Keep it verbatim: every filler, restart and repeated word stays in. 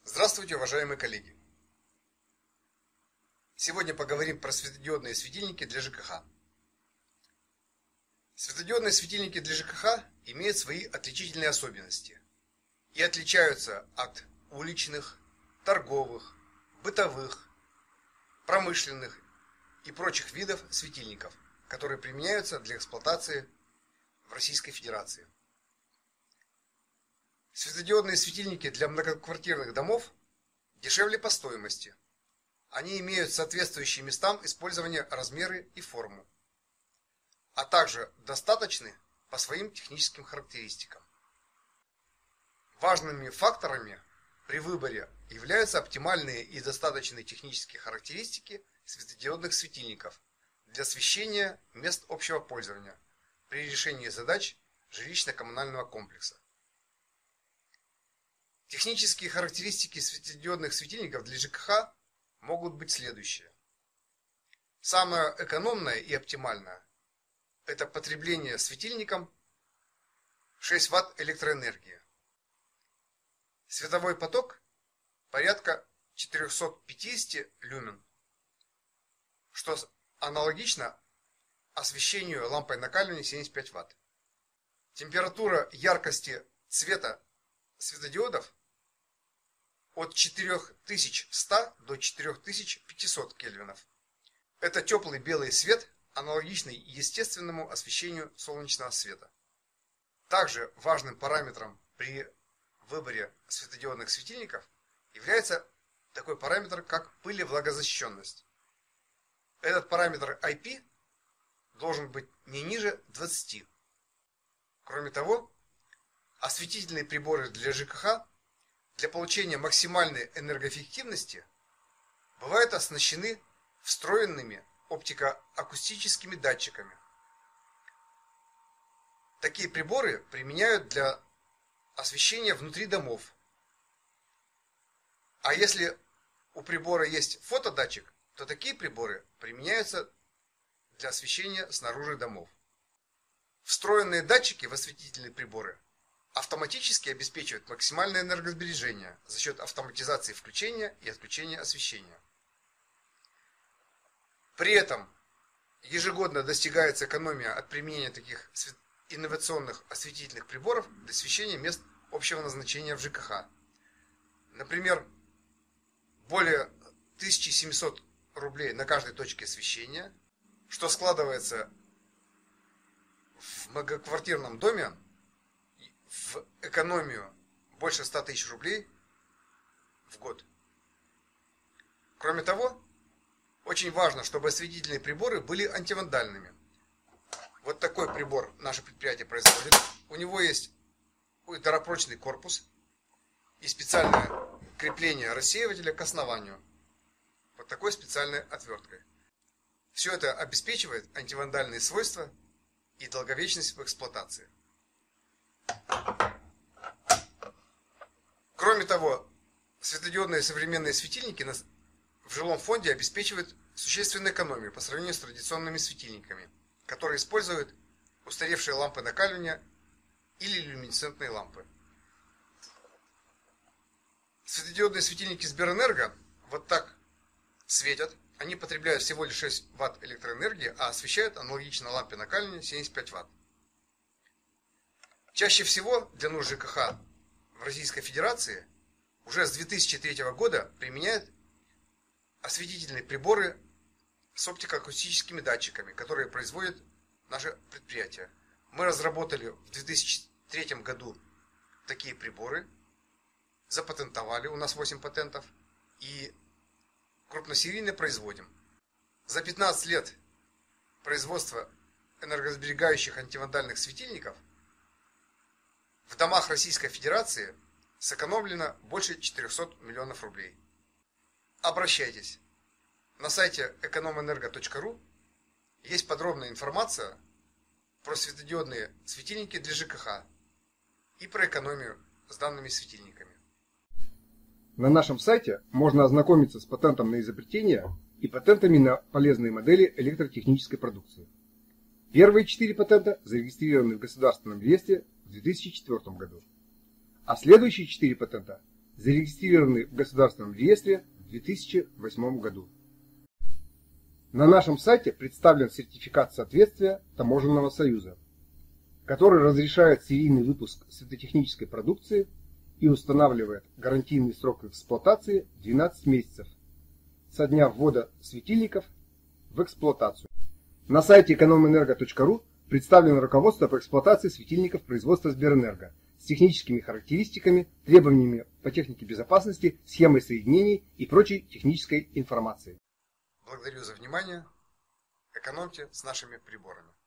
Здравствуйте, уважаемые коллеги! Сегодня поговорим про светодиодные светильники для ЖКХ. Светодиодные светильники для ЖКХ имеют свои отличительные особенности и отличаются от уличных, торговых, бытовых, промышленных и прочих видов светильников, которые применяются для эксплуатации в Российской Федерации. Светодиодные светильники для многоквартирных домов дешевле по стоимости. Они имеют соответствующие местам использования размеры и форму, а также достаточны по своим техническим характеристикам. Важными факторами при выборе являются оптимальные и достаточные технические характеристики светодиодных светильников для освещения мест общего пользования при решении задач жилищно-коммунального комплекса. Технические характеристики светодиодных светильников для ЖКХ могут быть следующие. Самое экономное и оптимальное – это потребление светильником шесть ватт электроэнергии. Световой поток порядка четыреста пятьдесят люмен, что аналогично освещению лампой накаливания семьдесят пять ватт. Температура яркости цвета светодиодов от четырёх тысяч ста до четырёх тысяч пятисот кельвинов. Это теплый белый свет, аналогичный естественному освещению солнечного света. Также важным параметром при выборе светодиодных светильников является такой параметр, как пылевлагозащищенность. Этот параметр ай пи должен быть не ниже двадцати. Кроме того, осветительные приборы для ЖКХ для получения максимальной энергоэффективности бывают оснащены встроенными оптико-акустическими датчиками. Такие приборы применяют для освещения внутри домов. А если у прибора есть фотодатчик, то такие приборы применяются для освещения снаружи домов. Встроенные датчики в осветительные приборы автоматически обеспечивают максимальное энергосбережение за счет автоматизации включения и отключения освещения. При этом ежегодно достигается экономия от применения таких инновационных осветительных приборов для освещения мест общего назначения в ЖКХ. Например, более тысячи семисот рублей на каждой точке освещения, что складывается в многоквартирном доме в экономию больше ста тысяч рублей в год. Кроме того, очень важно, чтобы осветительные приборы были антивандальными. Вот такой прибор наше предприятие производит. У него есть ударопрочный корпус и специальное крепление рассеивателя к основанию. Вот такой специальной отверткой. Все это обеспечивает антивандальные свойства и долговечность в эксплуатации. Кроме того, светодиодные современные светильники в жилом фонде обеспечивают существенную экономию по сравнению с традиционными светильниками, которые используют устаревшие лампы накаливания или люминесцентные лампы. Светодиодные светильники Сберэнерго вот так светят. Они потребляют всего лишь шесть ватт электроэнергии, а освещают аналогично лампе накаливания семьдесят пять ватт. Чаще всего для нужд ЖКХ в Российской Федерации уже с две тысячи третьего года применяют осветительные приборы с оптико-акустическими датчиками, которые производит наше предприятие. Мы разработали в две тысячи третьем году такие приборы, запатентовали, у нас восемь патентов, и крупносерийно производим. За пятнадцать лет производства энергосберегающих антивандальных светильников в домах Российской Федерации сэкономлено больше четырёхсот миллионов рублей. Обращайтесь. На сайте экономэнерго точка ру есть подробная информация про светодиодные светильники для ЖКХ и про экономию с данными светильниками. На нашем сайте можно ознакомиться с патентом на изобретение и патентами на полезные модели электротехнической продукции. Первые четыре патента зарегистрированы в Государственном реестре в две тысячи четвёртом году, а следующие четыре патента зарегистрированный в Государственном реестре в две тысячи восьмом году. На нашем сайте представлен сертификат соответствия Таможенного союза, который разрешает серийный выпуск светотехнической продукции и устанавливает гарантийный срок эксплуатации двенадцать месяцев со дня ввода светильников в эксплуатацию. На сайте экономэнерго точка ру представлено руководство по эксплуатации светильников производства Сберэнерго с техническими характеристиками, требованиями по технике безопасности, схемой соединений и прочей технической информацией. Благодарю за внимание. Экономьте с нашими приборами.